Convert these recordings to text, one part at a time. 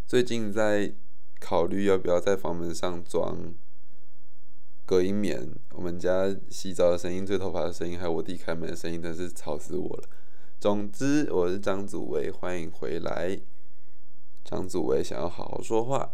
最近在考虑要不要在房门上装隔音棉。我们家洗澡的声音、吹头发的声音，还有我弟开门的声音，真是吵死我了。总之，我是张祖维，欢迎回来。张祖维想要好好说话。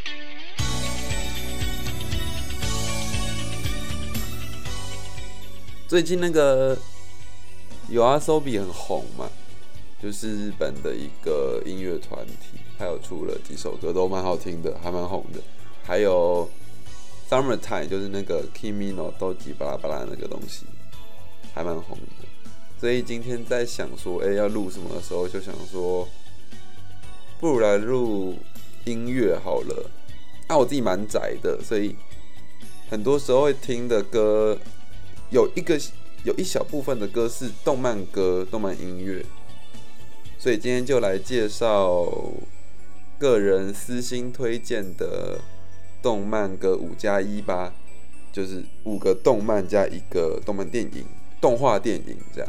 最近那个YOASOBI很红嘛，就是日本的一个音乐团体，还有出了几首歌都蛮好听的，还蛮红的。还有 Summertime， 就是那个 Kimi no Toki 巴拉巴拉那个东西，还蛮红的。所以今天在想说，要录什么的时候，就想说，不如来录音乐好了。我自己蛮宅的，所以很多时候会听的歌，有一小部分的歌是动漫歌、动漫音乐。所以今天就来介绍个人私心推荐的动漫歌5+1吧，就是5个动漫加1个动漫电影、动画电影这样。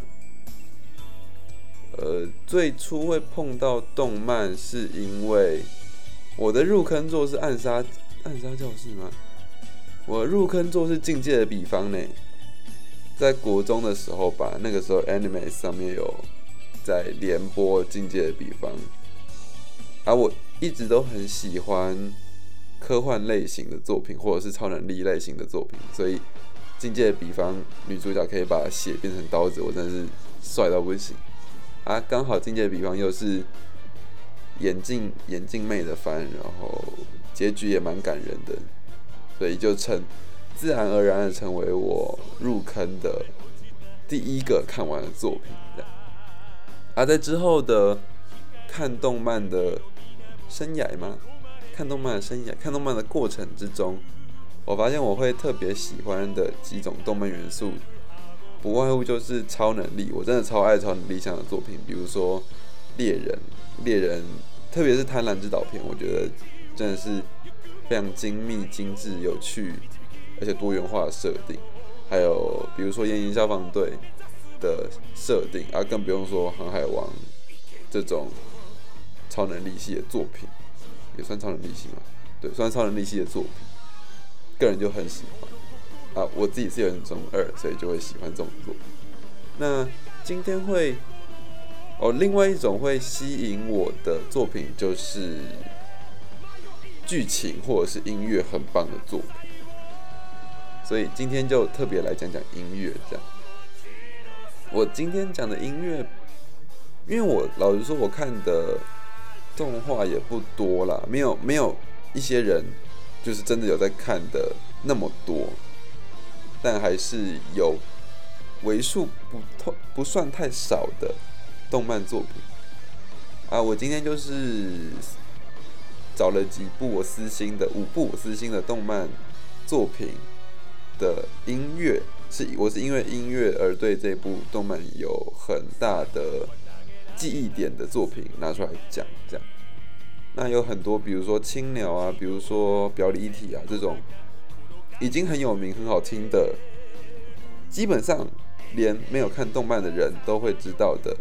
最初会碰到动漫是因为我的入坑作是暗杀教室吗？我的入坑作是境界的彼方呢，在国中的时候吧，那个时候 Anime 上面有在联播境界的彼方，我一直都很喜欢科幻类型的作品，或者是超能力类型的作品，所以境界的彼方女主角可以把血变成刀子，我真的是帅到不行刚好境界的彼方又是眼镜妹的番，然后结局也蛮感人的，所以就自然而然的成为我入坑的第一个看完的作品这样。在之后的看动漫的生涯吗？看动漫的过程之中，我发现我会特别喜欢的几种动漫元素，不外乎就是超能力。我真的超爱超能力向的作品，比如说猎人，特别是贪婪之岛篇，我觉得真的是非常精密、精致、有趣，而且多元化的设定。还有比如说炎营消防队的设定更不用说航海王这种超能力系的作品，也算超能力系吗？对，算超能力系的作品，个人就很喜欢我自己是有点中二，所以就会喜欢这种作品。那今天会另外一种会吸引我的作品就是剧情或者是音乐很棒的作品，所以今天就特别来讲讲音乐这样。我今天讲的音乐，因为我老实说，我看的动画也不多啦，没有一些人就是真的有在看的那么多，但还是有为数不算太少的动漫作品我今天就是找了5部我私心的动漫作品的音乐，我是因为音乐而对这部动漫有很大的记忆点的作品拿出来讲这样。那有很多，比如说青鸟比如说表里体这种已经很有名很好听的，基本上连没有看动漫的人都会知道的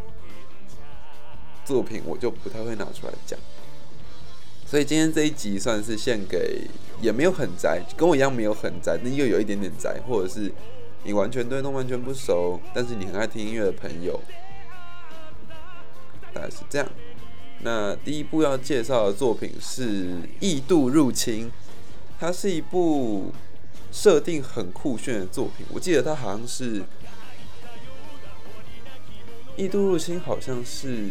作品，我就不太会拿出来讲。所以今天这一集算是献给也没有很宅，跟我一样没有很宅，但又有一点点宅，或者是你完全对动漫圈不熟，但是你很爱听音乐的朋友，大概是这样。那第一部要介绍的作品是《异度入侵》，它是一部设定很酷炫的作品。我记得它好像是《异度入侵》，好像是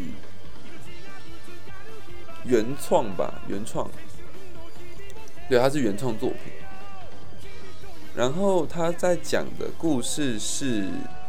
原创，对，它是原创作品。然后他在讲的故事是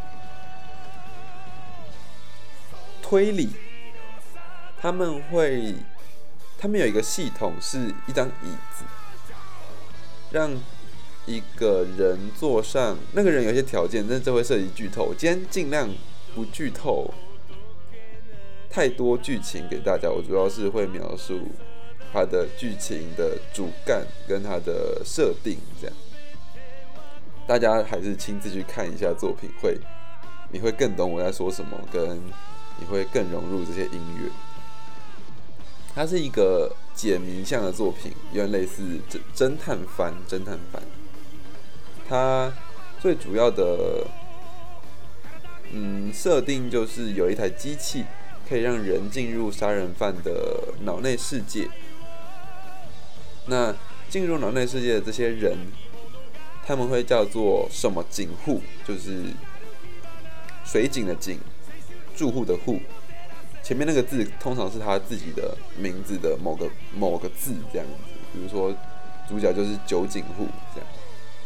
推理，他们有一个系统，是一张椅子，让一个人坐上，那个人有些条件，但是这会涉及剧透。我今天尽量不剧透太多剧情给大家，我主要是会描述它的剧情的主干跟它的设定，这样大家还是亲自去看一下作品，你会更懂我在说什么，跟你会更融入这些音乐。 它是一个解谜向的作品，有点类似侦探番。它最主要的设定就是有一台机器可以让人进入杀人犯的脑内世界。那进入脑内世界的这些人，他们会叫做什么井户，就是水井的井，住户的户。前面那个字通常是他自己的名字的某个字这样子，比如说主角就是酒井户这样。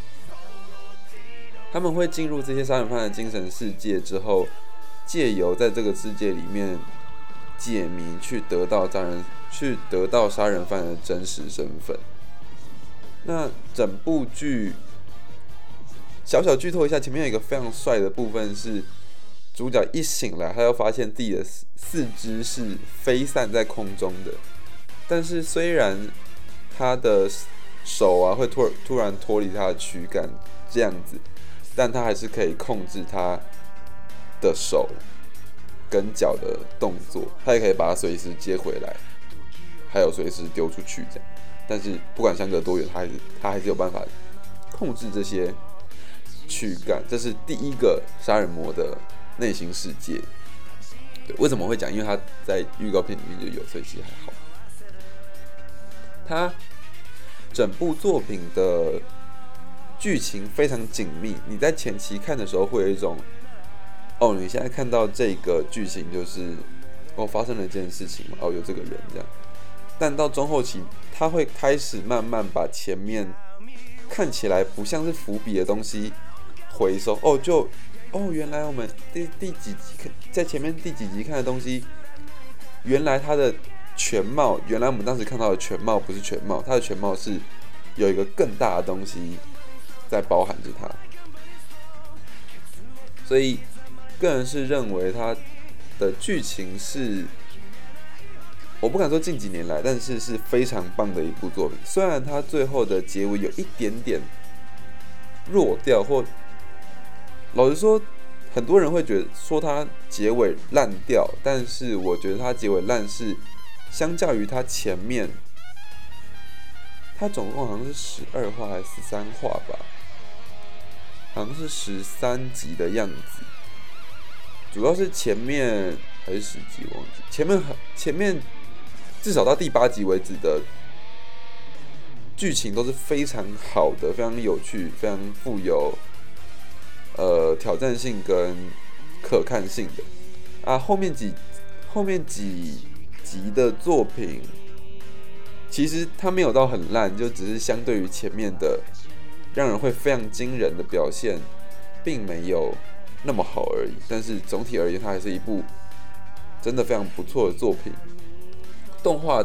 他们会进入这些杀人犯的精神世界之后，借由在这个世界里面解谜，去得到杀人犯的真实身份。那整部剧小剧透一下，前面有一个非常帅的部分是，主角一醒来，他就发现自己的四肢是飞散在空中的，但是虽然他的手会突然脱离他的躯干这样子，但他还是可以控制他的手跟脚的动作，他也可以把它随时接回来，还有随时丢出去这样。但是不管相隔多远，他还是有办法控制这些躯干。这是第一个杀人魔的内心世界。对，为什么会讲？因为他在预告片里面就有，所以其实还好。他整部作品的剧情非常紧密，你在前期看的时候会有一种，你现在看到这个剧情就是发生了一件事情嘛，有这个人这样。但到中后期，他会开始慢慢把前面看起来不像是伏笔的东西回收。原来我们第几集在前面第几集看的东西，原来它的全貌，原来我们当时看到的全貌不是全貌，它的全貌是有一个更大的东西在包含着它。所以个人是认为它的剧情是，我不敢说近几年来，但是是非常棒的一部作品。虽然它最后的结尾有一点点弱掉，或老实说，很多人会说它结尾烂掉，但是我觉得它结尾烂是相较于它前面，它总共好像是12话还是13话吧，好像是13集的样子。主要是前面还是10集忘记，前面至少到第8集为止的剧情都是非常好的，非常有趣，非常富有挑战性跟可看性的。后面几集的作品，其实它没有到很烂，就只是相对于前面的让人会非常惊人的表现，并没有那么好而已。但是总体而言，它还是一部真的非常不错的作品。动画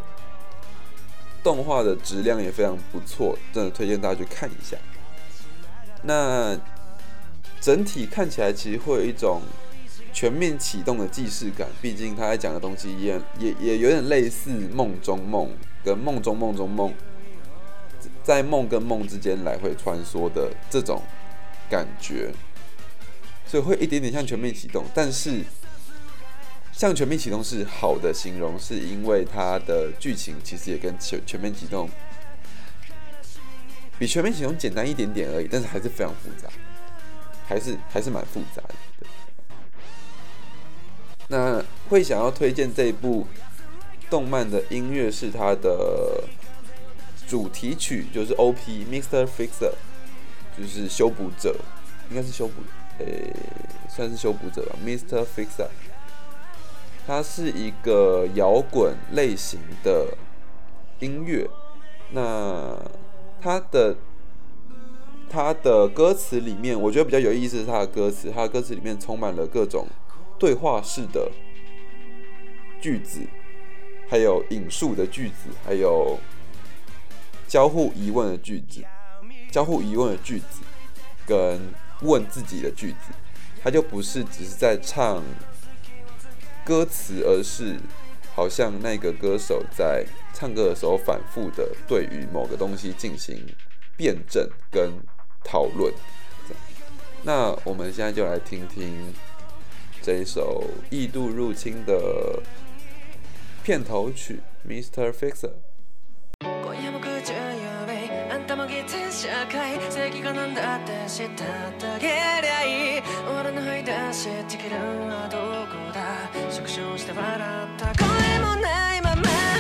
的质量也非常不错，真的推荐大家去看一下。那整体看起来其实会有一种全面启动的既视感，毕竟他在讲的东西也有点类似梦中梦跟梦中梦中梦，在梦跟梦之间来回穿梭的这种感觉，所以会一点点像全面启动。但是像全面启动是好的形容，是因为它的剧情其实也跟全面启动比全面启动简单一点点而已，但是还是非常复杂，还是蛮复杂的。那会想要推荐这一部动漫的音乐是它的主题曲，就是 OP Mr. Fixer， 就是修补者，应该是算是修补者吧 ，Mr. Fixer。它是一个摇滚类型的音乐，那它的歌词里面，我觉得比较有意思的是它的歌词里面充满了各种对话式的句子，还有引述的句子，还有交互疑问的句子，跟问自己的句子，它就不是只是在唱歌词，而是好像那个歌手在唱歌的时候反复的对于某个东西进行辩证跟讨论。那我们现在就来听听这一首《异度入侵》的片头曲 Mr. Fixer。 今夜も空中やべえあんたも偽善社会正義がなんだって知ったってあげりゃいい俺の吐い出しチキルはどこだ縮小して笑った声もないまま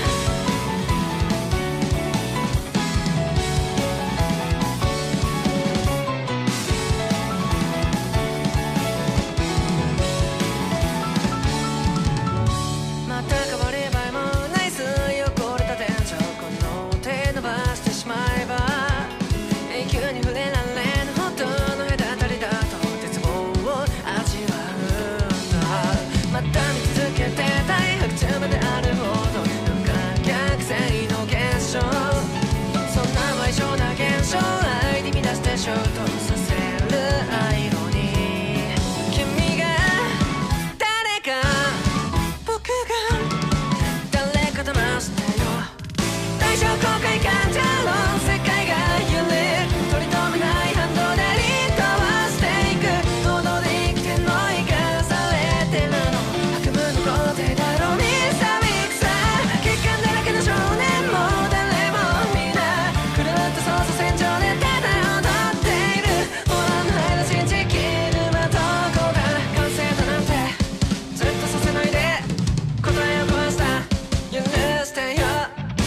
また変わればいもないす汚れた天井この手伸ばしてしまえば永久に触れられぬほどの隔たりだと絶望を味わうんだまた見続けてたい白昼まであるほど無観客性の現象そんな賠償な現象愛に乱して衝突させるアイロニー君が誰か僕が誰か騙してよ大正公開感情の世界が揺れ取り留めない反動でリードはしていく堂々で生きてんの生かされてるの悪夢の皇帝だろミスターミクサー血管だらけの少年も誰も皆狂った捜査線上でただ踊っているオラの入ら信じきるはどこだ完成だなんてずっとさせないで答えを壊した許してよ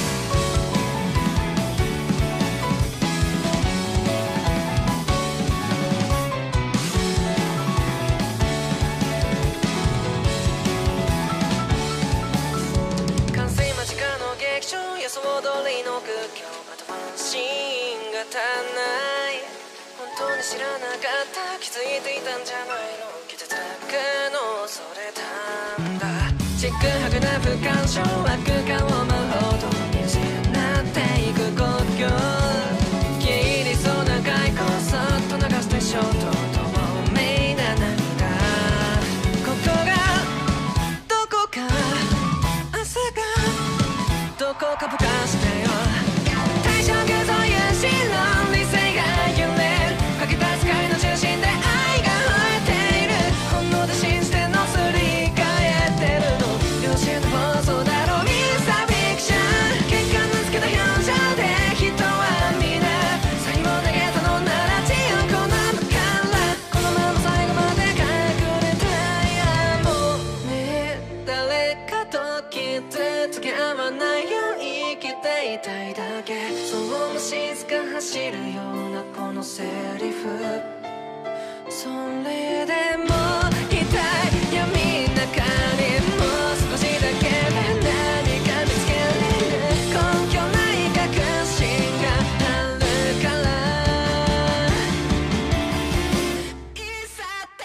完成間近の劇場予想通りの苦境あとワンシーンが足んない本当に知らなかった気づいていたんじゃないの傷つくの恐れたんだちっくはぐな不干渉悪感を舞うほどに失っていく国境消え入りそうな外交そっと流して衝動透明な涙ここがどこか朝がどこかぼかしてよ大正偶像有心論理性が揺れるかけた世界の中心で愛が吠えている本能で信じてのすり替えてるの良心の暴走だろミスターフィクション血管のつけた表情で人は皆才を投げたのなら血を好むからこのまま最後まで隠れたいやもうね誰かと傷つけ合わないよう生きていたいだけそうも静か走るようなこのセリフそれでも痛い闇の中にもう少しだけで何か見つけられる根拠ない確信があるからいさ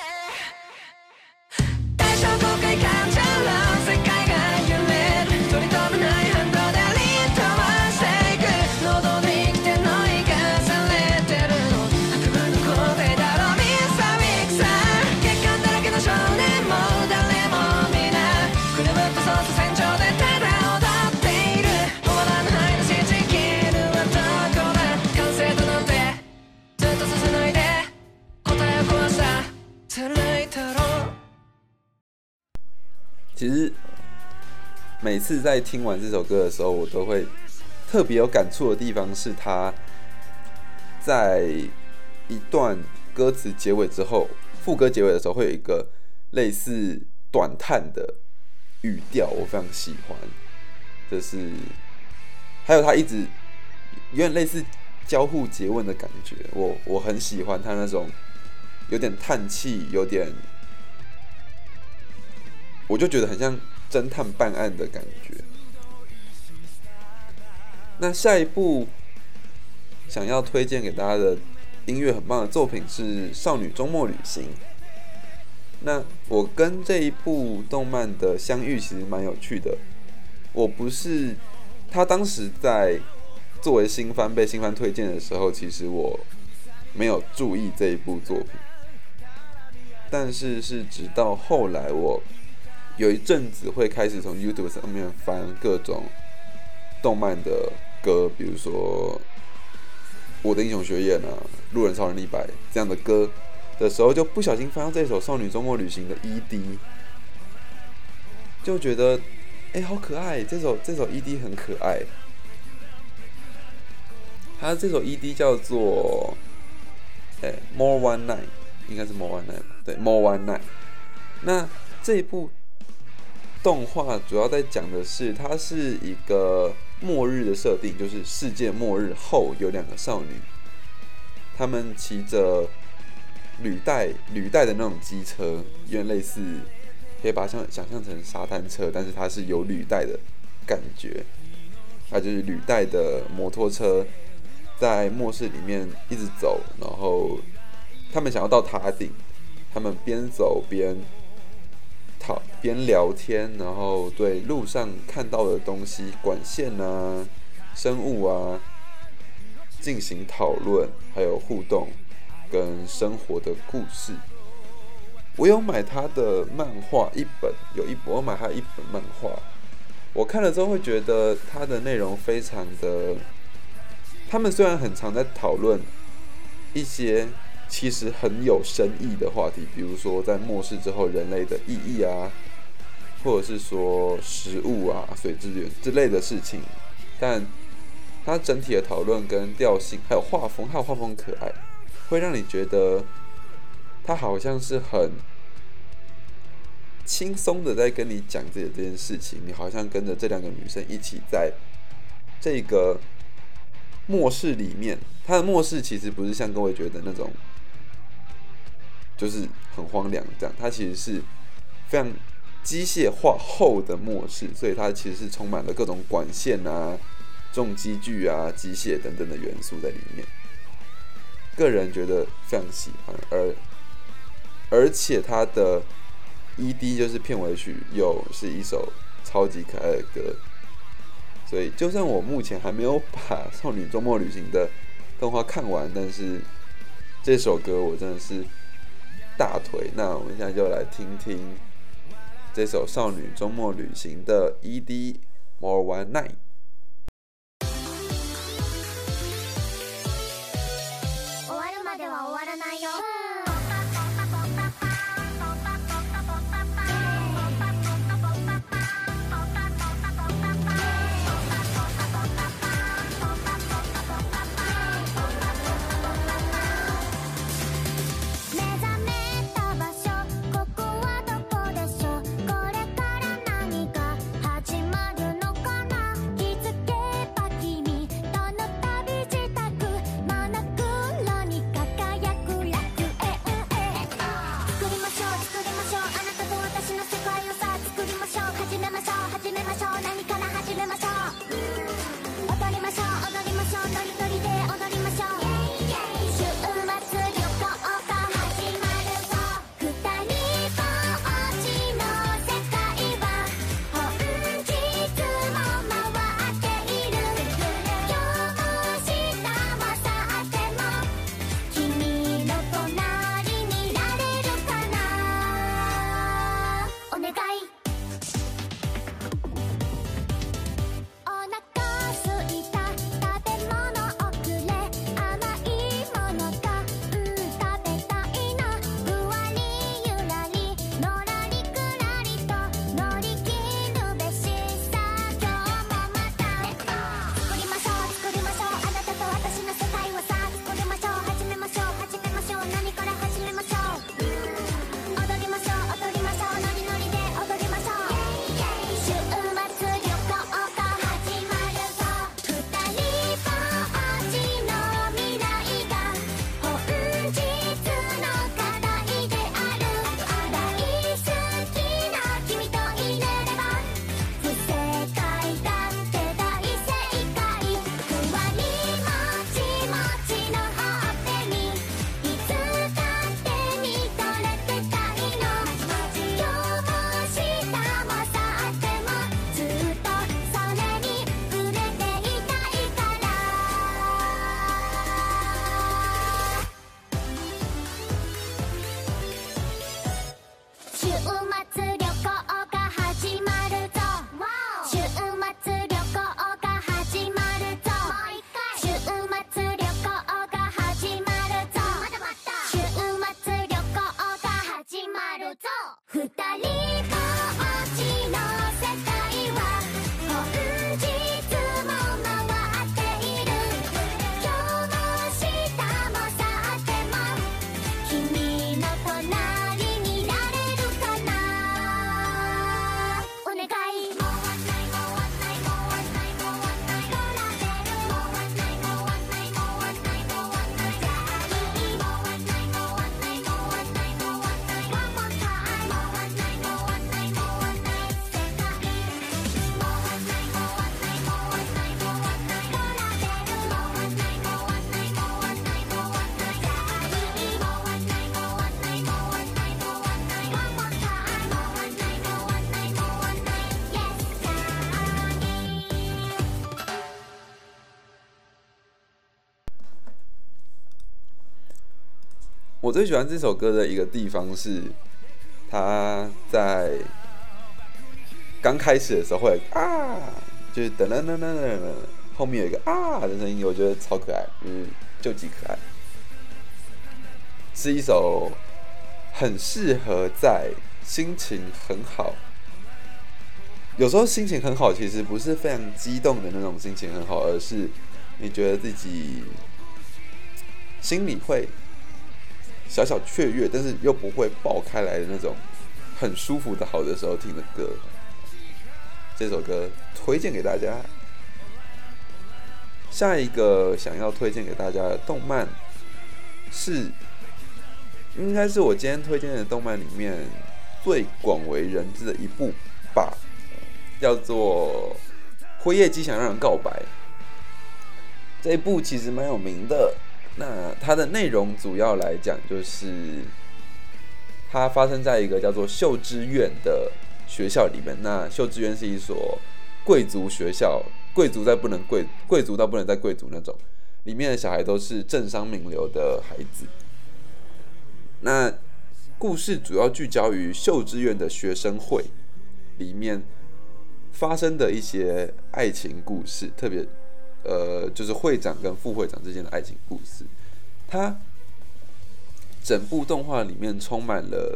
って大正公開感情の世界が揺れる取り留めない反動でリードはしていく能動で生きてんの生かされてるの悪夢の皇帝だろミスターミクサー血管だらけの少年も誰も皆狂った捜査線上でただ踊っている終わらぬ愛の信じきるはどこだ完成だなんてずっとさせないで答えを壊した辛いだろう其实每次在听完这首歌的时候，我都会特别有感触的地方是，它在一段歌词结尾之后，副歌结尾的时候会有一个类似短叹的语调，我非常喜欢。就是还有它一直有点类似交互诘问的感觉，我很喜欢它那种有点叹气，有点。我就觉得很像侦探办案的感觉。那下一部想要推荐给大家的音乐很棒的作品是《少女周末旅行》。那我跟这一部动漫的相遇其实蛮有趣的。我不是他当时在作为新番被新番推荐的时候，其实我没有注意这一部作品，但是直到后来我有一阵子会开始从 YouTube 上面翻各种动漫的歌，比如说《我的英雄学院》啊，《路人超人100》这样的歌的时候，就不小心翻到这首《少女周末旅行》的 ED， 就觉得好可爱！这首 ED 很可爱。它这首 ED 叫做More One Night， 应该是 More One Night 吧？对 ，More One Night。那这一部动画主要在讲的是，它是一个末日的设定，就是世界末日后有2个少女，她们骑着履带的那种机车，有点类似，可以把它想象成沙滩车，但是它是有履带的感觉，它就是履带的摩托车，在末世里面一直走，然后他们想要到塔顶，他们边走边聊天，然后对路上看到的东西、管线啊、生物啊进行讨论，还有互动跟生活的故事。我有买他的漫画一本，我买他一本漫画，我看了之后会觉得他的内容非常的，他们虽然很常在讨论一些其实很有深意的话题，比如说在末世之后人类的意义啊，或者是说食物啊、水资源之类的事情，但它整体的讨论跟调性，还有画风可爱，会让你觉得它好像是很轻松的在跟你讲这件事情，你好像跟着这2个女生一起在这个末世里面。它的末世其实不是像各位觉得那种就是很荒凉这样，它其实是非常机械化后的末世，所以它其实是充满了各种管线啊、重机具啊、机械等等的元素在里面。个人觉得非常喜欢，而且它的 ED 就是片尾曲，又是一首超级可爱的歌，所以就算我目前还没有把《少女周末旅行》的动画看完，但是这首歌我真的是大推。那我们现在就来听听这首《少女周末旅行》的 ED More One Night。 我最喜欢这首歌的一个地方是，它在刚开始的时候会有啊，就是噔噔噔噔噔，后面有一个啊的声音，我觉得超可爱，就极可爱，是一首很适合在心情很好。有时候心情很好，其实不是非常激动的那种心情很好，而是你觉得自己心里会小小雀跃，但是又不会爆开来的那种很舒服的好的时候听的歌。这首歌推荐给大家。下一个想要推荐给大家的动漫是，应该是我今天推荐的动漫里面最广为人知的一部吧。叫做《辉夜姬想让人告白》，这一部其实蛮有名的。那它的内容主要来讲，就是它发生在一个叫做秀之院的学校里面。那秀之院是一所贵族学校，贵族到不能再贵族那种，里面的小孩都是政商名流的孩子。那故事主要聚焦于秀之院的学生会里面发生的一些爱情故事，特别就是会长跟副会长之间的爱情故事。它整部动画里面充满了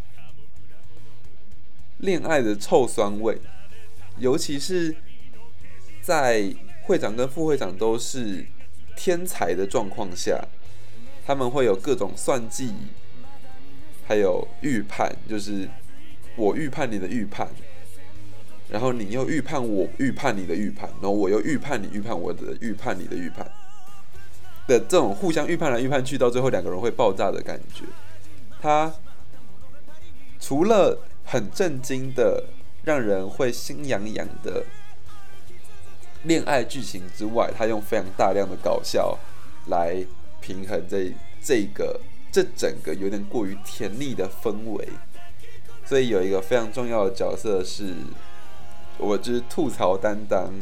恋爱的臭酸味，尤其是在会长跟副会长都是天才的状况下，他们会有各种算计，还有预判，就是我预判你的预判。然后你又预判我预判你的预判，然后我又预判你预判我的预判你的预判的这种互相预判来预判去，到最后两个人会爆炸的感觉。它除了很震惊的让人会心痒痒的恋爱剧情之外，它用非常大量的搞笑来平衡这整个有点过于甜腻的氛围。所以有一个非常重要的角色是，我就是吐槽担当，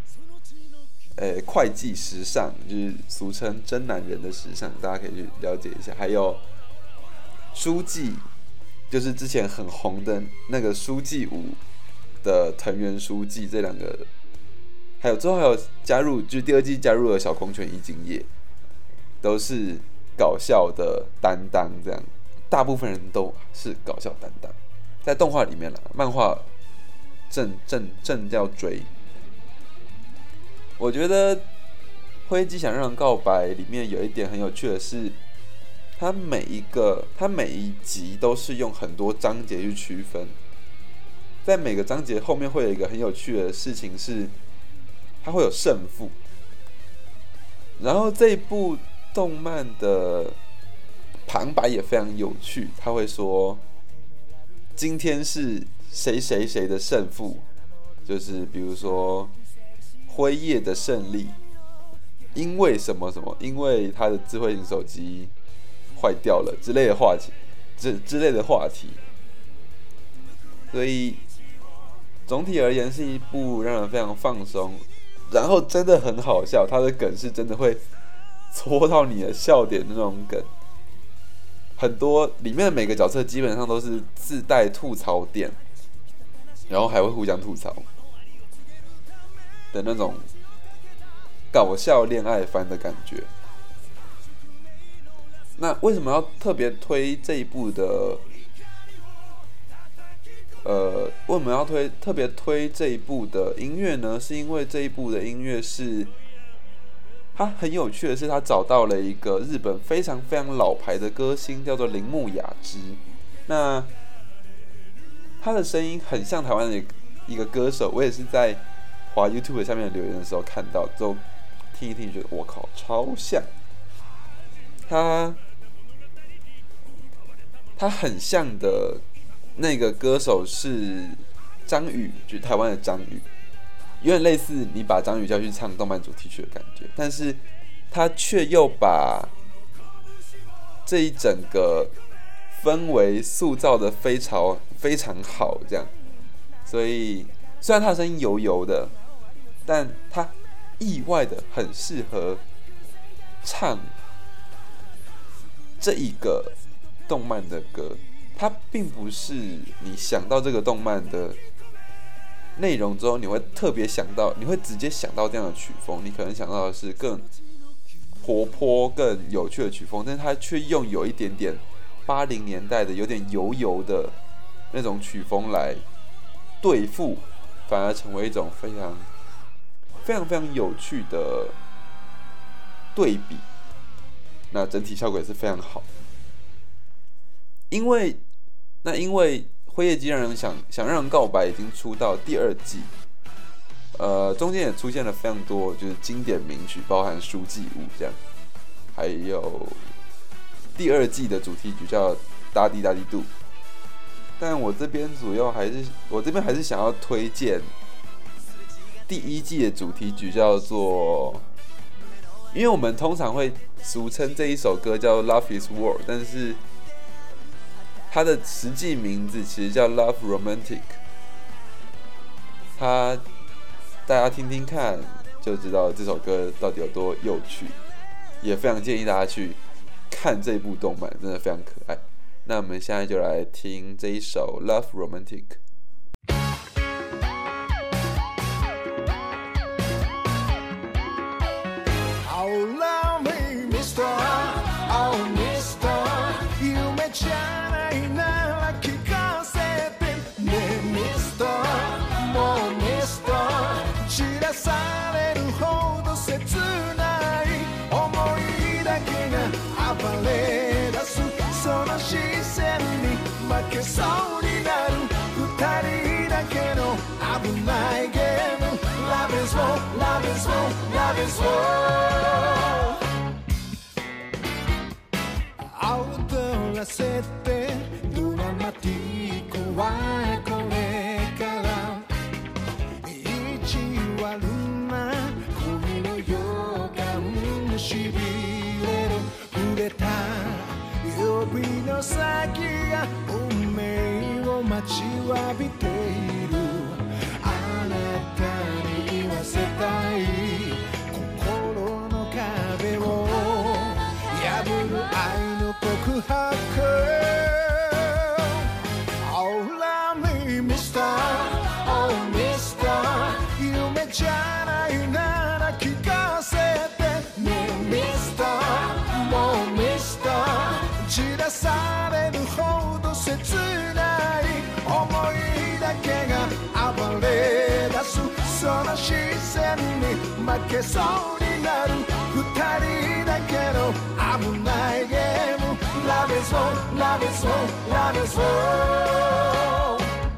会计时尚，就是俗称真男人的时尚，大家可以去了解一下。还有书记，就是之前很红的那个书记舞的藤原书记，这两个，还有之后还有加入，就是第二季加入了小空泉一景业，都是搞笑的担当，这样大部分人都是搞笑担当，在动画里面啦，漫画正要追。我觉得《辉夜姬想让人告白》里面有一点很有趣的是，它每一集都是用很多章节去区分，在每个章节后面会有一个很有趣的事情是，它会有胜负。然后这一部动漫的旁白也非常有趣，他会说今天是谁谁谁的胜负，就是比如说辉夜的胜利，因为什么什么，因为他的智慧型手机坏掉了之类的话题。所以总体而言是一部让人非常放松，然后真的很好笑，他的梗是真的会戳到你的笑点那种梗。很多里面的每个角色基本上都是自带吐槽点，然后还会互相吐槽的那种搞笑恋爱番的感觉。那为什么要特别推这一部的？为什么要特别推这一部的音乐呢？是因为这一部的音乐是，它很有趣的是，他找到了一个日本非常非常老牌的歌星，叫做铃木雅之。那他的声音很像台湾的一个歌手，我也是在滑 YouTube 下面留言的时候看到，之后听一听觉得我靠超像。他很像的那个歌手是张宇，就是台湾的张宇，有点类似你把张宇叫去唱动漫主题曲的感觉，但是他却又把这一整个氛围塑造的非常非常好，这样。所以虽然他的声音油油的，但他意外的很适合唱这一个动漫的歌，它并不是你想到这个动漫的内容之后，你会特别想到，你会直接想到这样的曲风，你可能想到的是更活泼、更有趣的曲风，但是它却用有一点点80年代的有点油油的那种曲风来对付，反而成为一种非常非常非常有趣的对比。那整体效果也是非常好，因为辉夜姬让人想让人告白已经出到第2季，中间也出现了非常多就是经典名曲，包含书记舞这样，还有第2季的主题曲叫哒滴哒滴嘟。但我这边还是想要推荐第1季的主题曲，叫做，因为我们通常会俗称这一首歌叫 Love is War， 但是它的实际名字其实叫 Love Romantic。大家听听看就知道这首歌到底有多有趣，也非常建议大家去看这部动漫，真的非常可爱。那我们现在就来听这一首 Love Romantic。踊らせてドラマティックはこれから意地悪な恋の予感しびれる触れた指の先が運命を待ちわびているあなたに言わせたい心の壁を破る愛の告白 Oh love me Mr. Oh Mr. 夢じゃないなら聞かせてね Mr. もう Mr. 散らされるほど切ない思いだけが暴れ出すその視線に負けそうになる二人だけの危ないゲーム Love is war, love is war, love is war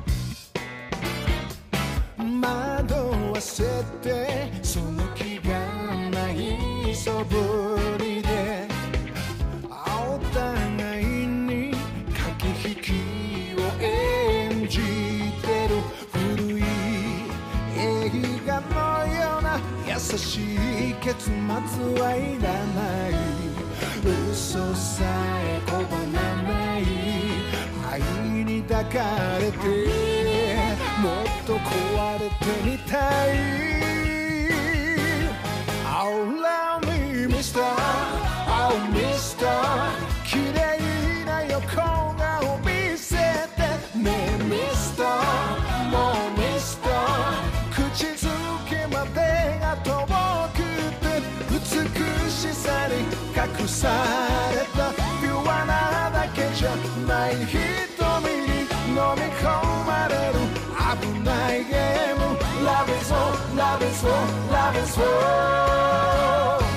惑わせてその気がないそぶりでお互いに駆け引きを演じてる古い映画のような優しい結末はいらない嘘さえ拒まない愛に抱かれてもっと壊れてみたい Oh love me Mr. Oh Mr. 綺麗な横顔見せてね Mr. もう Mr. 口づけまでが遠くて美しさに隠されたピュアなだけじゃない瞳に飲み込まれる危ないゲーム Love is war, love is war, love is war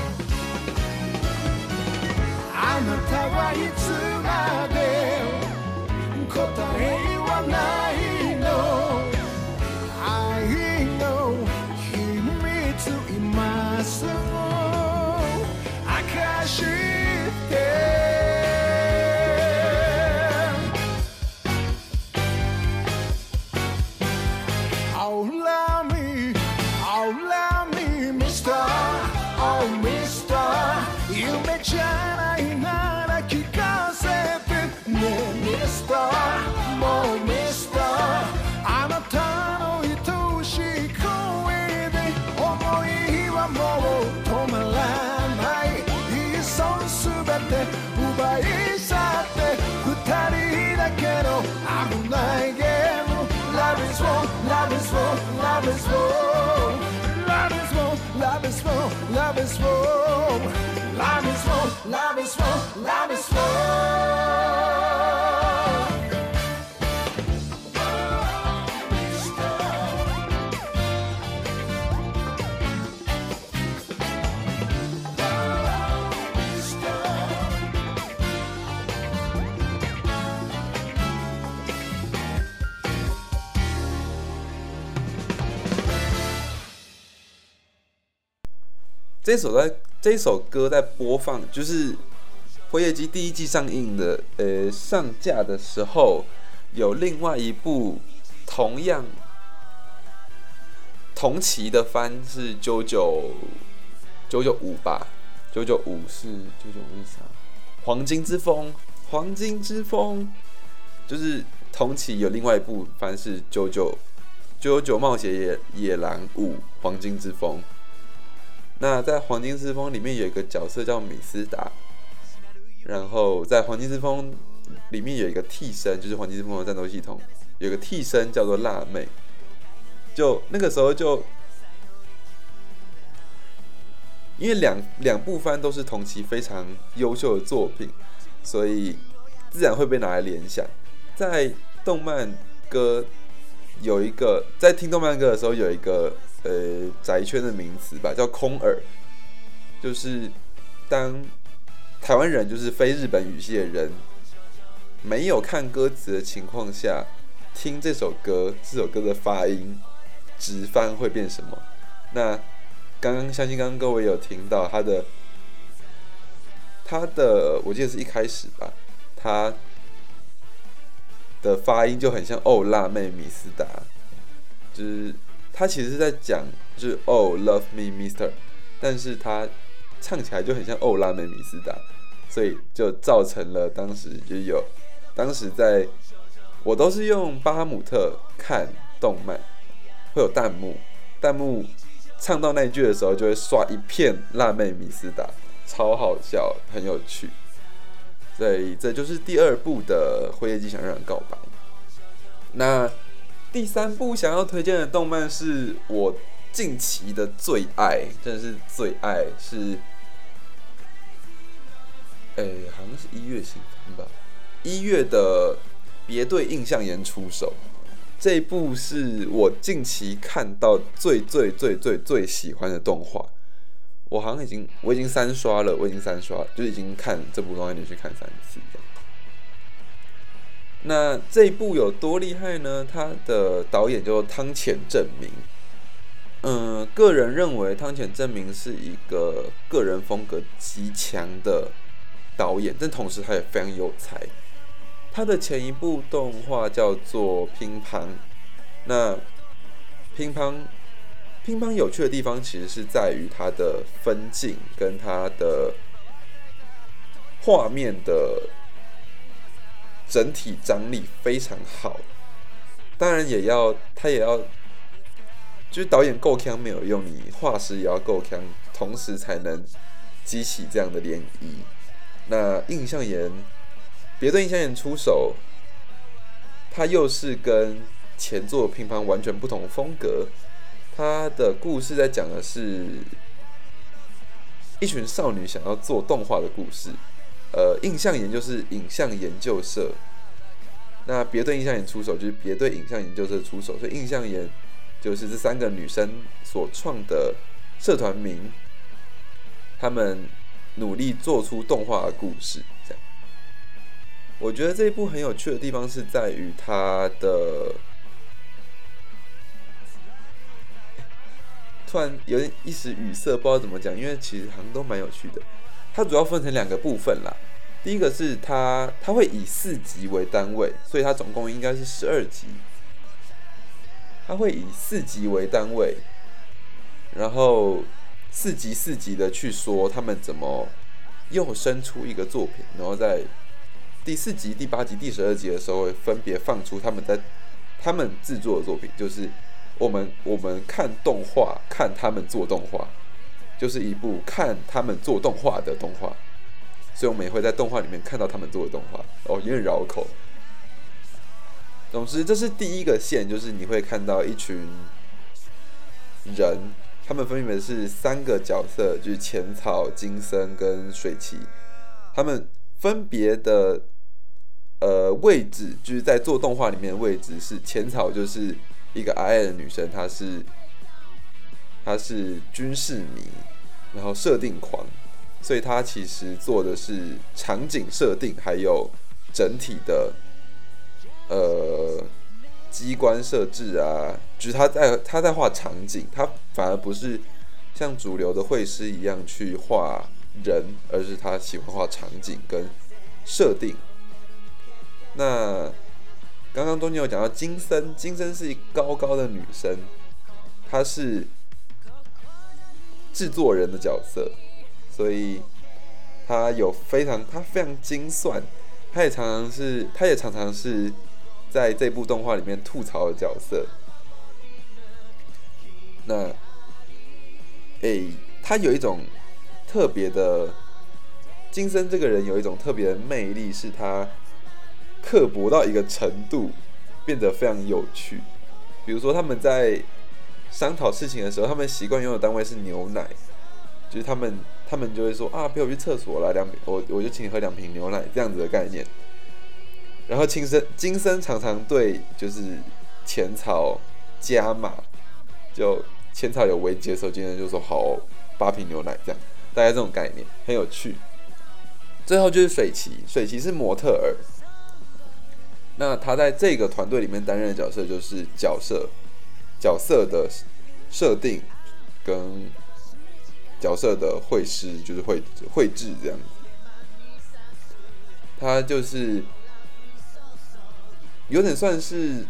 あなたはいつまで答えはないの愛の秘密今すぐ明かしてOh love me, oh love me, Mr. love is war, love is war, love is war, love is war, love is war, love is war, love is war. 这首歌在播放，就是《辉夜姬》第1季上映的，上架的时候，有另外一部同样同期的番是995吧，995是啥？黄金之风，黄金之风，就是同期有另外一部番是999冒险野狼5黄金之风。那在黄金之风里面有一个角色叫米斯达，然后在黄金之风里面有一个替身，就是黄金之风的战斗系统有一个替身叫做辣妹，就那个时候就因为两部番都是同期非常优秀的作品，所以自然会被拿来联想。在动漫歌有一个，在听动漫歌的时候有一个宅圈的名词吧，叫空耳，就是当台湾人，就是非日本语系的人，没有看歌词的情况下，听这首歌的发音直翻会变什么？那相信刚刚各位有听到他的，我记得是一开始吧，他的发音就很像辣妹米斯达，就是他其实是在讲就是love me Mister， 但是他唱起来就很像辣妹米斯达，所以就造成了当时我都是用巴哈姆特看动漫，会有弹幕唱到那一句的时候就会刷一片辣妹米斯达，超好笑，很有趣。所以这就是第2部的《辉夜姬想让人告白》。那第3部想要推荐的动漫是我近期的最爱，真的是最爱，是好像是1月新番吧，1月的别对印象岩出手。这一部是我近期看到最喜欢的动画，我已经3刷了，就是已经看这部动画连续看3次这样。那这一部有多厉害呢？他的导演叫汤浅政明。个人认为汤浅政明是一个个人风格极强的导演，但同时他也非常有才。他的前一部动画叫做《乒乓》，那乒乓有趣的地方其实是在于它的分镜跟它的画面的整体张力非常好，当然他也要，就是导演够强没有用，你画师也要够强，同时才能激起这样的涟漪。那别对印象岩出手，他又是跟前作乒乓完全不同的风格。他的故事在讲的是一群少女想要做动画的故事。印象研就是影像研究社，那别对印象研出手就是别对影像研究社出手，所以印象研就是这3个女生所创的社团名，她们努力做出动画的故事。这样，我觉得这一部很有趣的地方是在于它的，突然有点一时语塞，不知道怎么讲，因为其实好像都蛮有趣的。它主要分成2个部分啦。第一个是它会以4集为单位，所以它总共应该是12集。它会以4集为单位，然后4集的去说他们怎么又生出一个作品，然后在第4集、第8集、第12集的时候会分别放出他们制作的作品，就是我们看动画，看他们做动画。就是一部看他们做动画的动画，所以我们也会在动画里面看到他们做的动画。有点绕口。总之，这是第一个线，就是你会看到一群人，他们分别是3个角色，就是浅草、金森跟水崎，他们分别的位置，就是在做动画里面的位置是浅草就是一个矮矮的女生，她是军事迷，然后设定狂，所以她其实做的是场景设定，还有整体的机关设置啊，就是他在画场景，他反而不是像主流的绘师一样去画人，而是他喜欢画场景跟设定。那刚刚中间有讲到金森是一个高高的女生，她是制作人的角色，所以她非常精算，她也常常是在这部动画里面吐槽的角色。那他有一种特别的，金森这个人有一种特别的魅力，是他刻薄到一个程度，变得非常有趣。比如说他们在商讨事情的时候，他们习惯用的单位是牛奶，就是他们就会说啊，陪我去厕所啦，我就请你喝2瓶牛奶这样子的概念。然后金森常常对就是浅草加码，就浅草有危机的时候，金森就说好8瓶牛奶这样，大概这种概念很有趣。最后就是水崎是模特儿，那他在这个团队里面担任的角色就是角色的设定跟角色的绘师，就是绘制这样子。他就是有点算是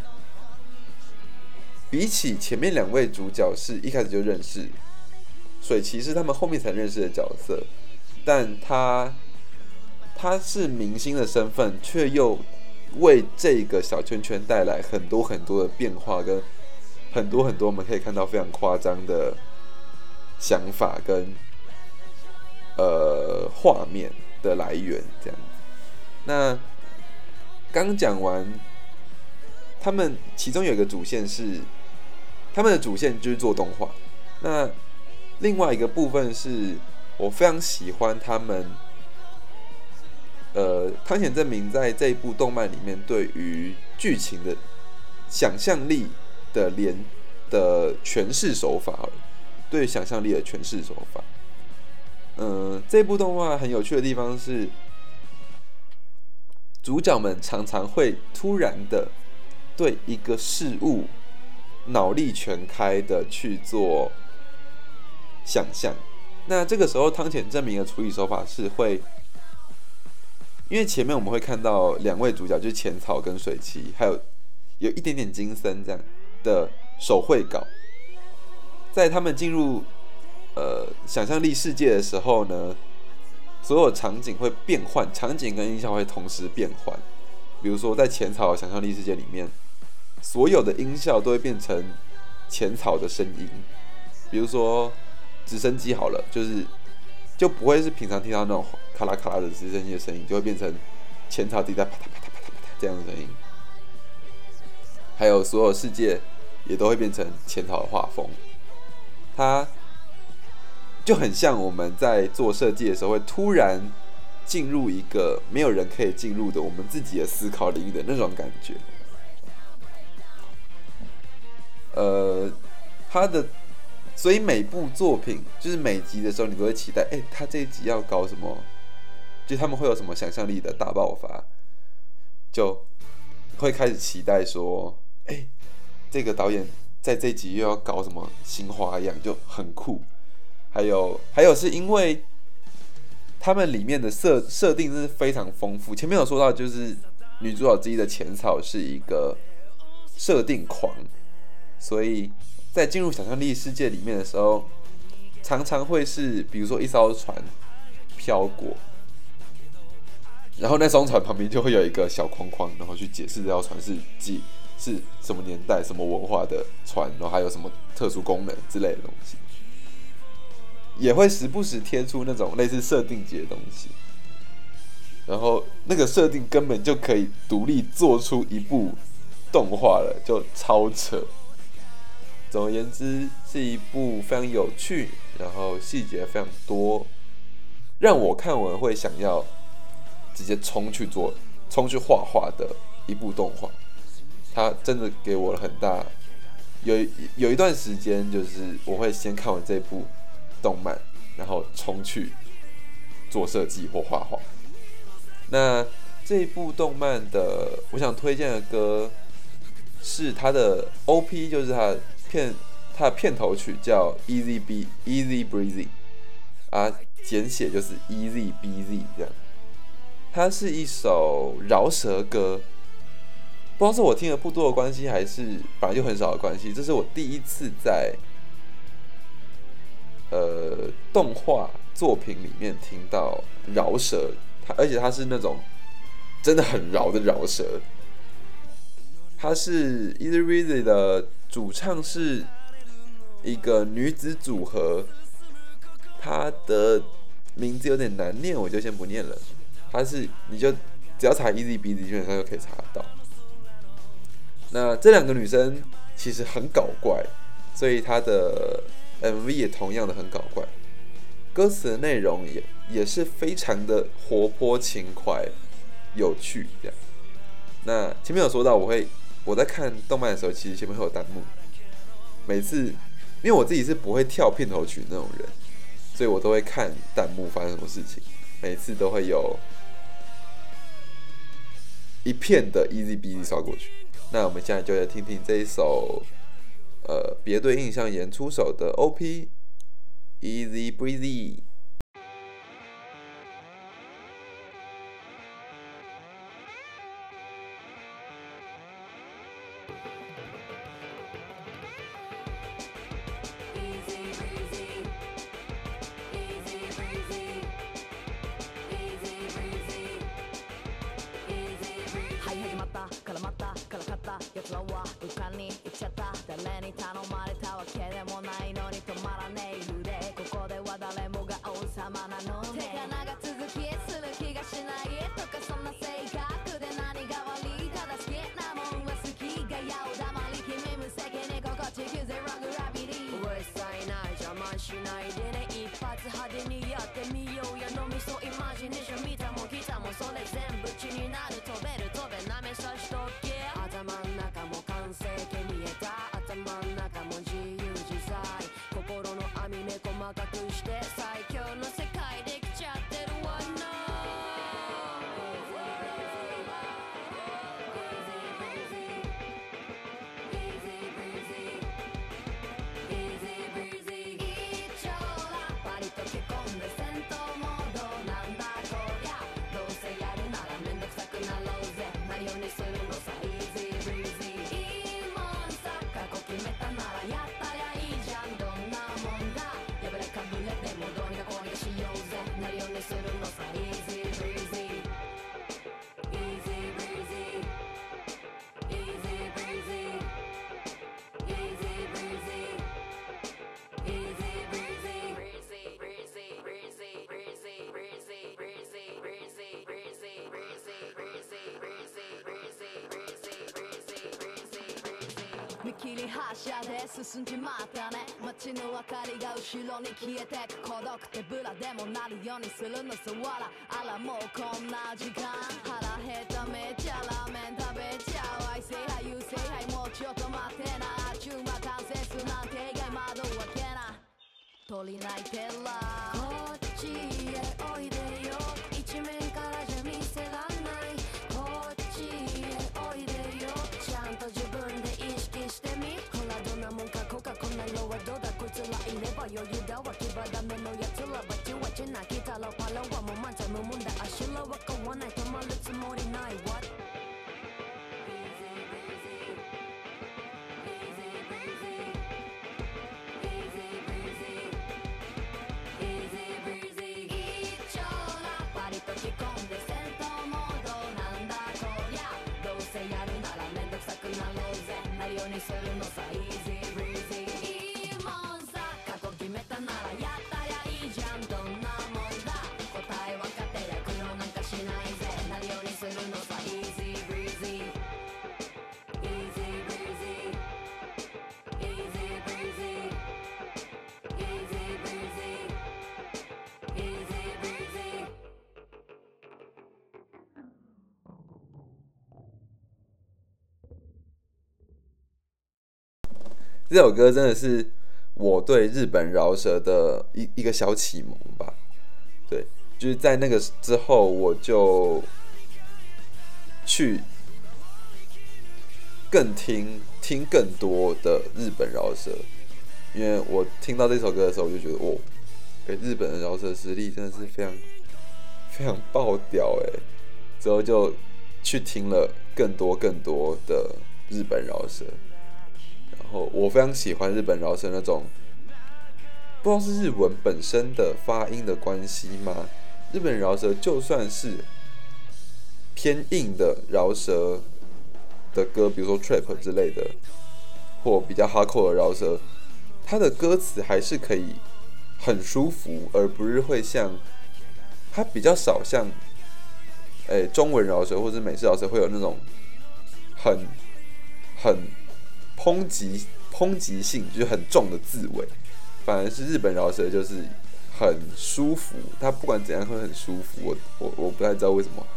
比起前面2位主角是一开始就认识，水崎是他们后面才认识的角色，但他是明星的身份，却又为这个小圈圈带来很多很多的变化，跟很多很多我们可以看到非常夸张的想法跟画面的来源这样子。那刚讲完，他们其中有一个主线是，他们的主线就是做动画。那另外一个部分是我非常喜欢他们，汤浅政明在这一部动漫里面对于剧情的想象力的诠释手法，对想象力的诠释手法。这部动画很有趣的地方是，主角们常常会突然的对一个事物脑力全开的去做想象。那这个时候汤浅政明的处理手法是会，因为前面我们会看到2位主角就是浅草跟水崎，还有一点点金森这样的手绘稿，在他们进入想象力世界的时候呢，所有场景会变换，场景跟音效会同时变换。比如说在浅草的想象力世界里面，所有的音效都会变成浅草的声音，比如说直升机好了，就不会是平常听到那种咔啦咔啦的直升机的声音，就会变成浅草自己在啪嗒啪嗒啪嗒啪嗒这样的声音。还有所有世界也都会变成浅草的画风，它就很像我们在做设计的时候会突然进入一个没有人可以进入的我们自己的思考领域的那种感觉。所以每部作品就是每集的时候，你都会期待，他这一集要搞什么？就他们会有什么想象力的大爆发，就会开始期待说，这个导演在这一集又要搞什么新花样，就很酷。还有是因为他们里面的设定是非常丰富。前面有说到，就是女主角之一的浅草是一个设定狂，所以在进入想象力世界里面的时候，常常会是比如说一艘船飘过，然后那艘船旁边就会有一个小框框，然后去解释这艘船是什么年代、什么文化的船，然后还有什么特殊功能之类的东西。也会时不时贴出那种类似设定集的东西，然后那个设定根本就可以独立做出一部动画了，就超扯。 总而言之，是一部非常有趣，然后细节非常多，让我看完会想要直接冲去画画的一部动画。它真的给我了很大，有一段时间就是我会先看完这部动漫，然后冲去做设计或画画。那这一部动漫的我想推荐的歌是它的 OP， 就是它的片头曲叫 Easy Breezy 啊，简写就是 Easy BZ 这样。它是一首饶舌歌。不知道是我听的不多的关系，还是本来就很少的关系。这是我第一次在动画作品里面听到饶舌，而且它是那种真的很饶的饶舌。它是 Easy Breezy 的主唱是一个女子组合，她的名字有点难念，我就先不念了。你就只要查 Easy BZ， 基本上就可以查得到。那这两个女生其实很搞怪，所以她的 MV 也同样的很搞怪，歌词的内容也是非常的活泼轻快、有趣这样。那前面有说到，我在看动漫的时候，其实前面会有弹幕，每次因为我自己是不会跳片头曲那种人，所以我都会看弹幕发生什么事情，每次都会有一片的 Easy BZ 刷过去。那我们现在就来听听这一首别对印象演出手的 OP Easy Breezy。 奴らは浮かに行っちゃった。誰に頼まれたわけでもないのに止まらねえ腕。ここでは誰もが王様なのね。手が長続きする気がしないとかそんな性格で何が悪い。ただ好きなもんは好きがやお黙り君無責任心地ゼログラビリー。うるさいな邪魔しないでね。一発派手にやってみようや脳みそイマジネーション見たも来たもそれ全部血になる。飛べる飛べなめさしとけ。頭ん中も完成形見えた。頭ん中も自由自在。心の網目細かくして最強の世界できちゃってるわな。見切り発車で進んじまったね。街の明かりが後ろに消えてく。孤独手ぶらでもなるようにするのさわら。あらもうこんな時間。腹減っためっちゃラーメン食べちゃう。I say hi you say hi もうちょっと待ってな。チューマ完成すなんて意外窓開けな。鳥鳴いてらこっちへおいでよ。一面からじゃ見せらんない。こっちへおいでよ。ちゃんと自分で意識してみ。ほらどんなもんかこかこんな色はどうだ。こいつらいれば余裕だわ。牙ダメのやつらバチバチなきたらパラはもう満茶のもんだ。足らは買わない止まるつもりない What?するのさ Easy Breezy いいもんさ過去決めたならやったりゃいいじゃん。どんなもんだ答え分かってりゃ苦労なんかしないぜ。なるようにするのさ Easy Breezy Easy Breezy Easy 这首歌真的是我对日本饶舌的一个小启蒙吧。对，就是在那个之后，我就去更听更多的日本饶舌，因为我听到这首歌的时候，我就觉得日本的饶舌实力真的是非常非常爆屌哎！之后就去听了更多的日本饶舌，然后我非常喜欢日本饶舌那种，不知道是日文本身的发音的关系吗？日本饶舌就算是偏硬的饶舌的歌，比如说 trap 之类的，或比较 hardcore 的饶舌，它的歌词还是可以很舒服，而不是会像它比较少像中文饶舌或者美式饶舌会有那种很抨击性，就是很重的字尾，反而是日本饶舌就是很舒服，它不管怎样会很舒服，我不太知道为什么。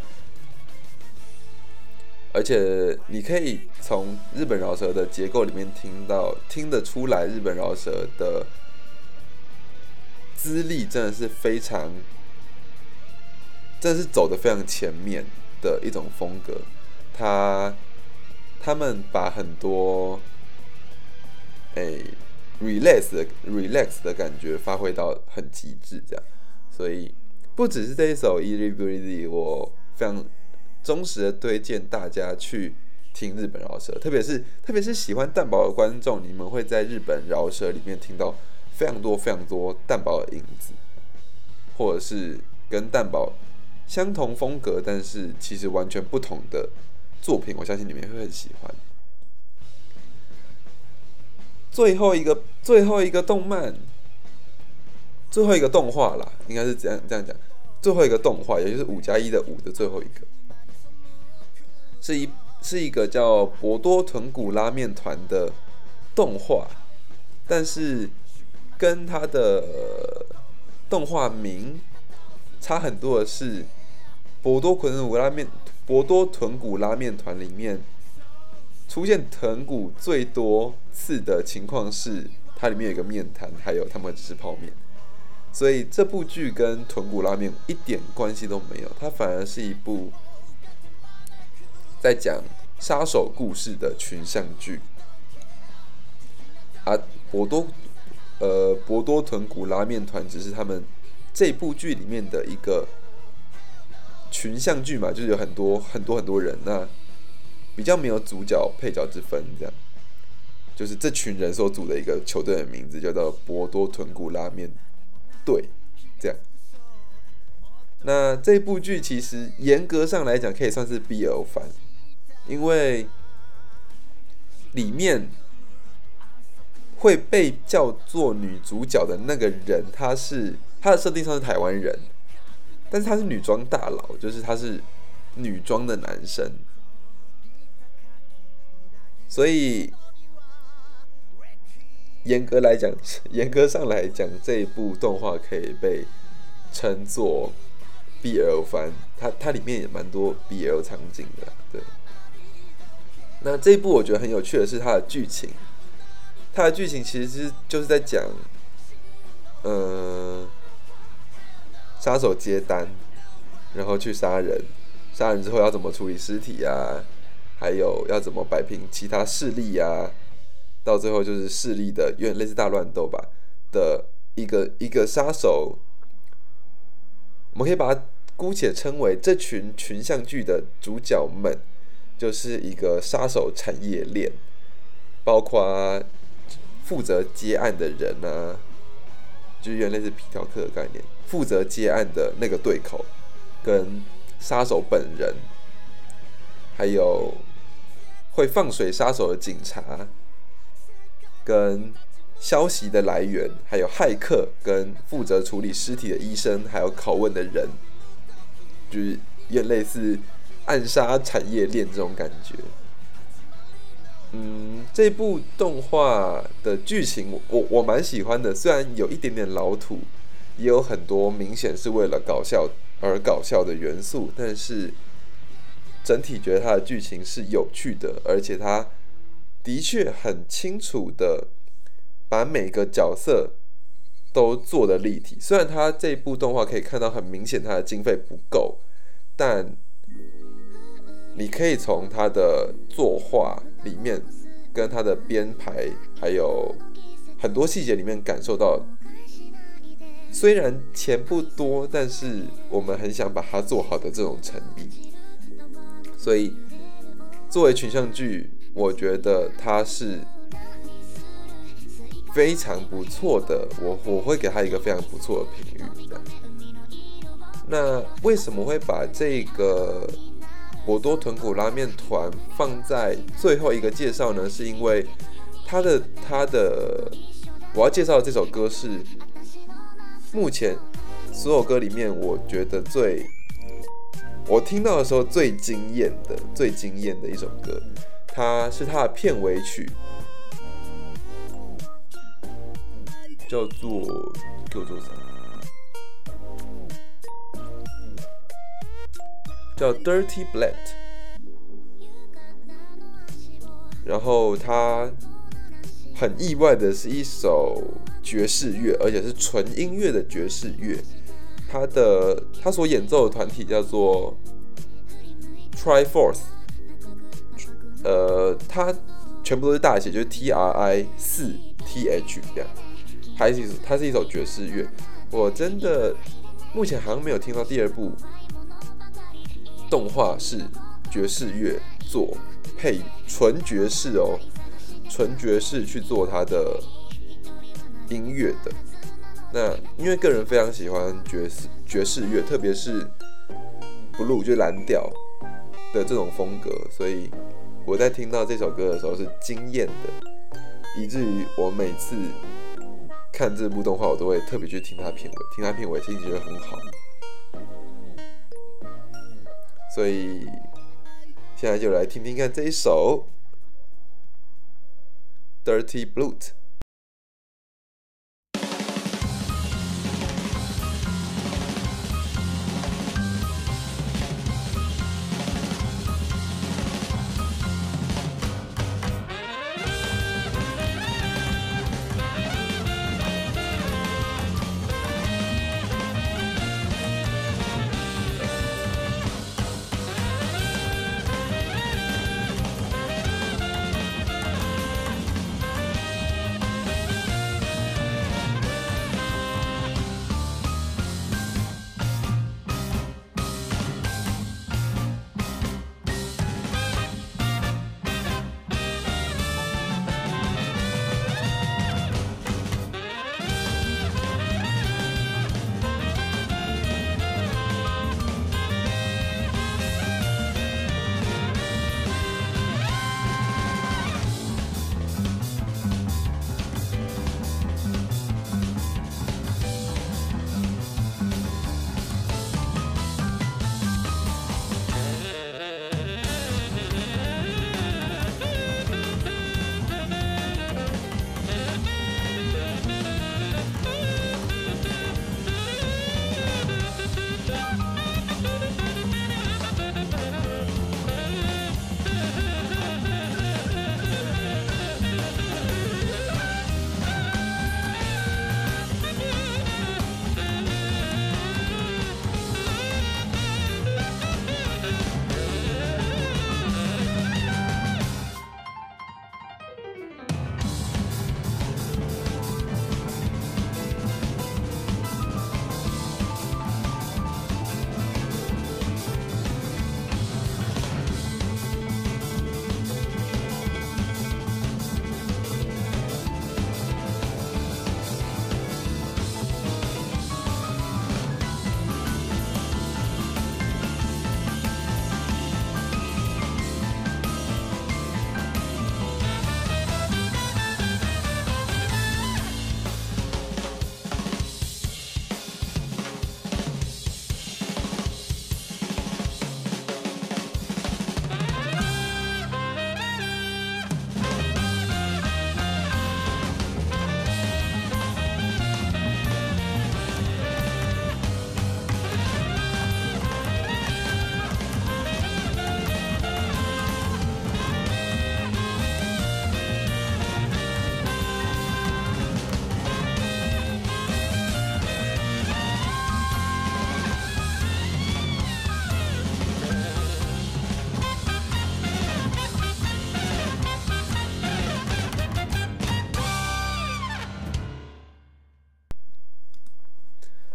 而且你可以从日本饶舌的结构里面听得出来，日本饶舌的资历真的是真的是走得非常前面的一种风格。他们把很多relax 的感觉发挥到很极致，这样。所以不只是这一首 Easy Breezy， 我非常忠实的推荐大家去听日本饶舌，特别是喜欢蛋堡的观众，你们会在日本饶舌里面听到非常多蛋堡的影子，或者是跟蛋堡相同风格，但是其实完全不同的作品，我相信你们会很喜欢。最后一个动漫，最后一个动画啦，应该是这样讲，最后一个动画，也就是5+1的5的最后一个。是一个叫博多豚骨拉面团的动画，但是跟它的动画名差很多的是，博多豚骨拉面团里面出现豚骨最多次的情况是，它里面有一个面摊，还有他们只是泡面，所以这部剧跟豚骨拉面一点关系都没有，它反而是一部在讲杀手故事的群像剧。博多豚骨拉面团只是他们这部剧里面的一个群像剧嘛，就是有很多人，那比较没有主角配角之分，这样就是这群人所组的一个球队的名字叫做博多豚骨拉面队，这样。那这部剧其实严格上来讲可以算是 BL 番，因为里面会被叫做女主角的那个人，她的设定上是台湾人，但是她是女装大佬，就是她是女装的男生，所以严格上来讲，这一部动画可以被称作 BL 番，它里面也蛮多 BL 场景的啦，对。那这一部我觉得很有趣的是它的剧情，其实就是在讲，杀手接单，然后去杀人之后要怎么处理尸体啊，还有要怎么摆平其他势力啊，到最后就是势力的有点类似大乱斗吧的一个杀手，我们可以把它姑且称为这群像剧的主角们，就是一个杀手产业链，包括负责接案的人啊，就是有点类似皮条客的概念，负责接案的那个对口，跟杀手本人，还有会放水杀手的警察，跟消息的来源，还有骇客，跟负责处理尸体的医生，还有拷问的人，就是有点类似暗杀产业链这种感觉。这部动画的剧情我蛮喜欢的，虽然有一点点老土，也有很多明显是为了搞笑而搞笑的元素，但是整体觉得它的剧情是有趣的，而且它的确很清楚的把每个角色都做的立体。虽然他这部动画可以看到很明显他的经费不够，但你可以从他的作画里面跟他的编排还有很多细节里面感受到，虽然钱不多，但是我们很想把它做好的这种诚意。所以作为群像剧，我觉得它是非常不错的，我会给他一个非常不错的评语。那为什么会把这个博多豚骨拉面团放在最后一个介绍呢？是因为他的我要介绍的这首歌是目前所有歌里面我觉得我听到的时候最惊艳的一首歌，它是它的片尾曲，叫做叫 Dirty Blood， 然后它很意外的是一首爵士乐，而且是纯音乐的爵士乐。他所演奏的团体叫做 Triforce， 它全部都是大写，就是 TRI 4TH 这样。它是一首爵士乐，我真的目前好像没有听到第二部动画是爵士乐做配纯爵士哦，纯爵士去做它的音乐的。那因为个人非常喜欢爵士乐，特别是 blue 就是蓝调的这种风格，所以我在听到这首歌的时候是惊艳的，以至于我每次看这部动画，我都会特别去听它片尾，心情觉得很好。所以现在就来听听看这一首 Dirty Blood。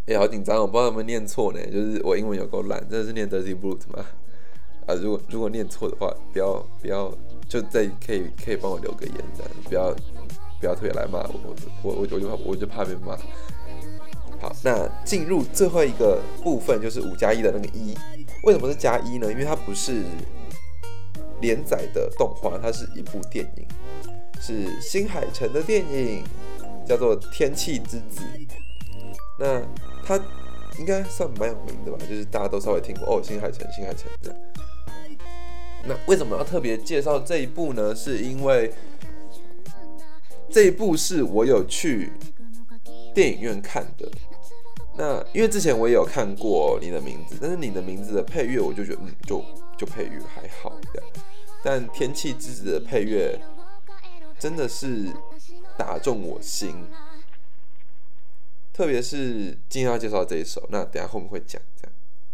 好紧张，我不知道有没有念错呢。就是我英文有够烂，真的是念 Dirty Brute 吗？如果念错的话，不要就可以帮我留个言的，不要特别来骂我就怕被骂。好，那进入最后一个部分就是5+1的那个1，为什么是加1呢？因为它不是连载的动画，它是一部电影，是新海诚的电影，叫做《天气之子》。那它应该算蛮有名的吧，就是大家都稍微听过新海诚这样。那为什么要特别介绍这一部呢？是因为这一部是我有去电影院看的。那因为之前我也有看过你的名字，但是你的名字的配乐我就觉得就配乐还好这样。但天气之子的配乐真的是打中我心，特别是今天要介绍这一首，那等一下后面会讲这样。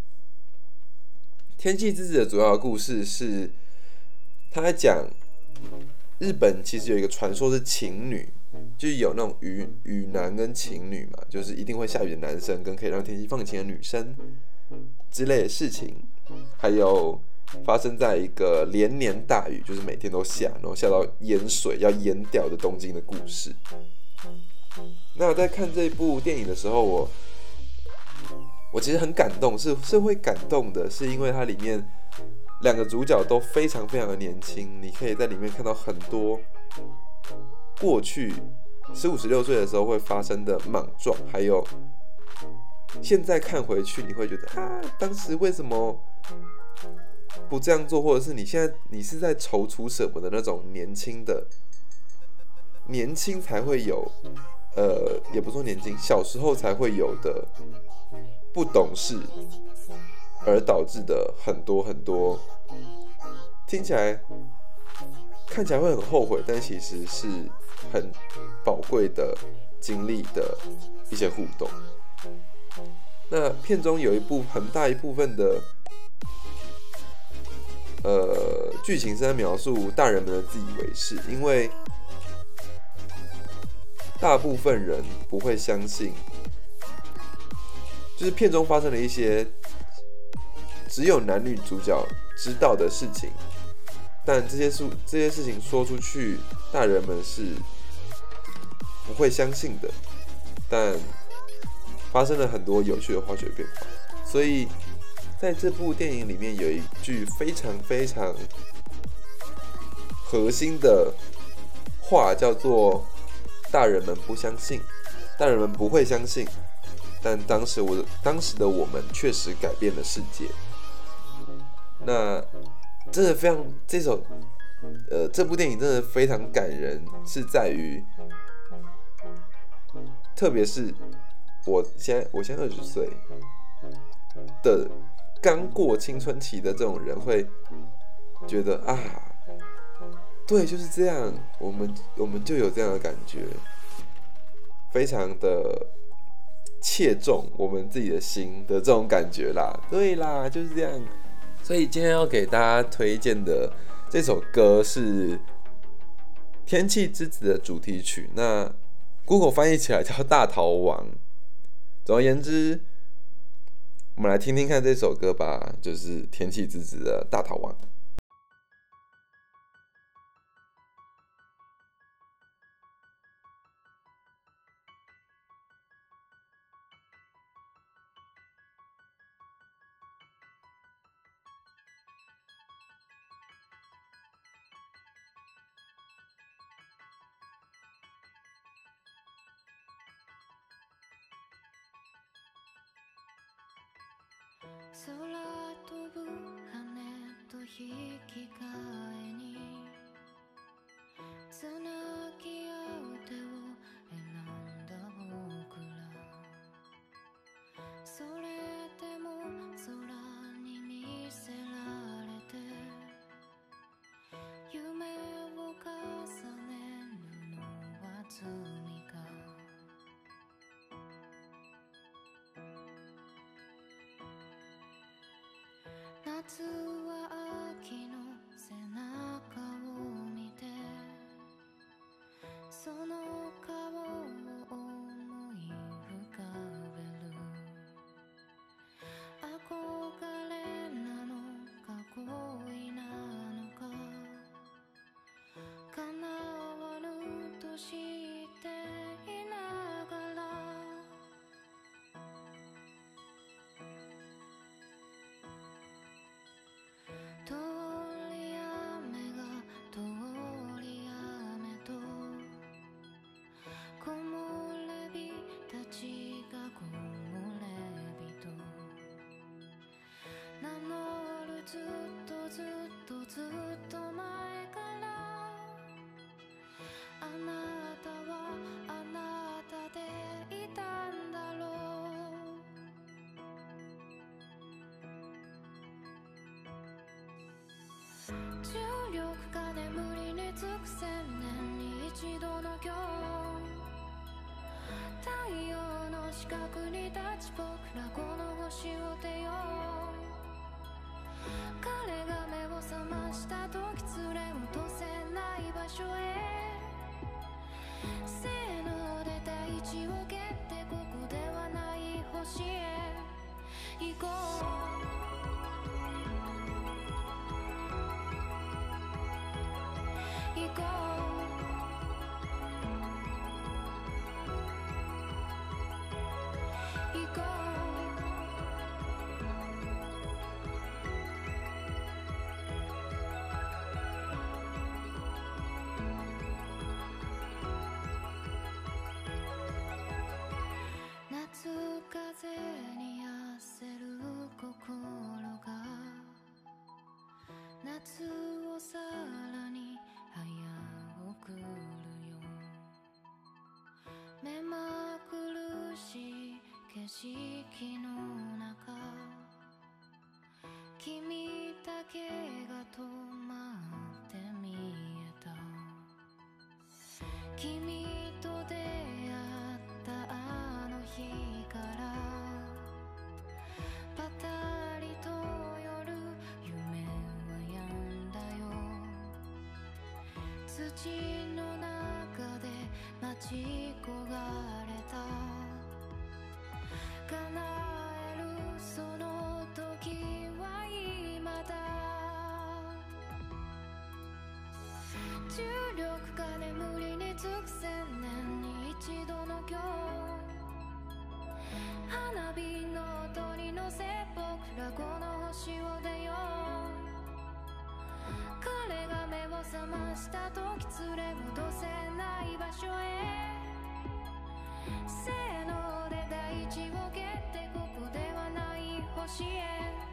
天气之子的主要的故事是，他在讲日本其实有一个传说是晴女，就是有那种雨男跟晴女嘛，就是一定会下雨的男生跟可以让天气放晴的女生之类的事情，还有发生在一个连年大雨，就是每天都下，然后下到淹水要淹掉的东京的故事。那我在看这部电影的时候，我其实很感动，是会感动的，是因为它里面2个主角都非常非常的年轻，你可以在里面看到很多过去15、16岁的时候会发生的莽撞，还有现在看回去你会觉得当时为什么不这样做，或者是你是在踌躇什么的那种年轻才会有，也不说年轻，小时候才会有的不懂事，而导致的很多听起来看起来会很后悔，但其实是很宝贵的经历的一些互动。那片中有很大一部分的剧情是在描述大人们的自以为是，因为大部分人不会相信，就是片中发生了一些只有男女主角知道的事情，但这些事情说出去，大人们是不会相信的。但发生了很多有趣的化学变化，所以在这部电影里面有一句非常非常核心的话，叫做“大人们不相信，大人们不会相信”。但当时的我们确实改变了世界。那真的非常这部电影真的非常感人，是在于，特别是我现在20岁的刚过青春期的这种人会觉得对，就是这样，我们就有这样的感觉，非常的切中我们自己的心的这种感觉啦。对啦，就是这样。所以今天要给大家推荐的这首歌是《天气之子》的主题曲，那 Google 翻译起来叫《大逃亡》。总而言之，我们来听听看这首歌吧，就是《天气之子》的《大逃亡》。 空飛ぶ羽と引き換えにつなぎ合う手を選んだ僕ら、それでも空に見せられて夢を重ねるのは罪か。夏は秋の背中を見てその顔を思い浮かべる。 尽く千年に一度の今日太陽の近くに立ち僕らこの星を出よう彼が目を覚ました時連れ戻せない場所へせーので大地を蹴ってここではない星へ行こう行こう行こう夏風に焦る心が夏をさらに早送るよ目まぐるしい景色の中君だけが止まって見えた君と出会ったあの日からパタリと夜夢は止んだよ土の中で待ち焦がれた叶えるその時は今だ重力が眠りにつく千年に一度の今日花火の音に乗せ僕らこの星を出よう彼が目を覚ました時連れ戻せない場所へせーので大地を蹴ってここではない星へ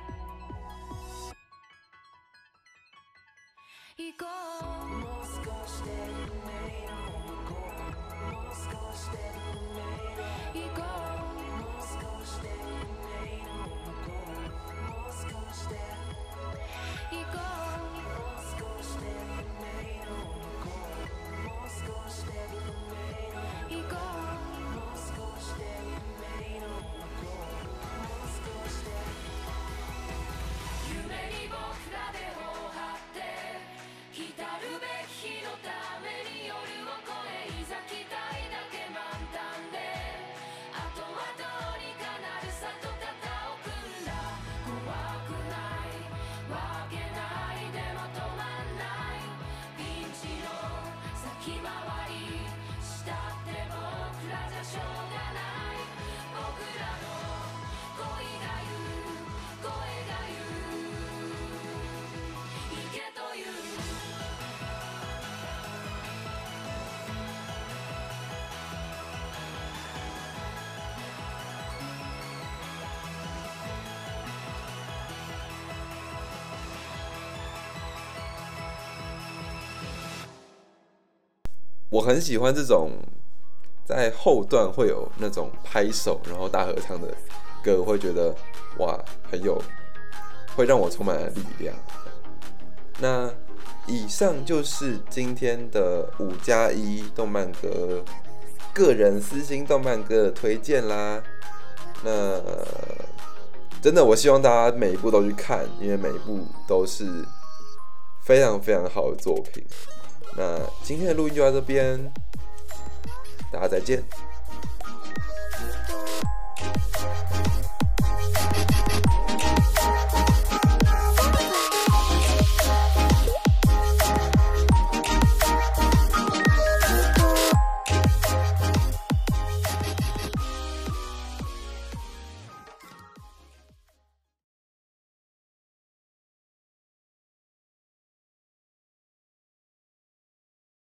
行こうもう少しで夢の向こうもう少しで夢行こうもう少しで夢の向こうもう少しで行こうもう少しで夢の向こうもう少しで夢の行こうもう少しで夢の向こうもう少しで夢に僕らで頬張って来るべき日のために夜を越えいざ期待だけ満タンであとはどうにかなるさと肩を組んだ怖くないわけないでも止まんないピンチの先回りしたって僕らじゃしょうがない僕らの恋が言う声が言う行けという我很喜欢这种在后段会有那种拍手然后大合唱的歌，我会觉得哇很有，会让我充满了力量。那以上就是今天的5+1动漫歌个人私心动漫歌的推荐啦。那真的我希望大家每一部都去看，因为每一部都是非常非常好的作品。那今天的录音就到这边，大家再见。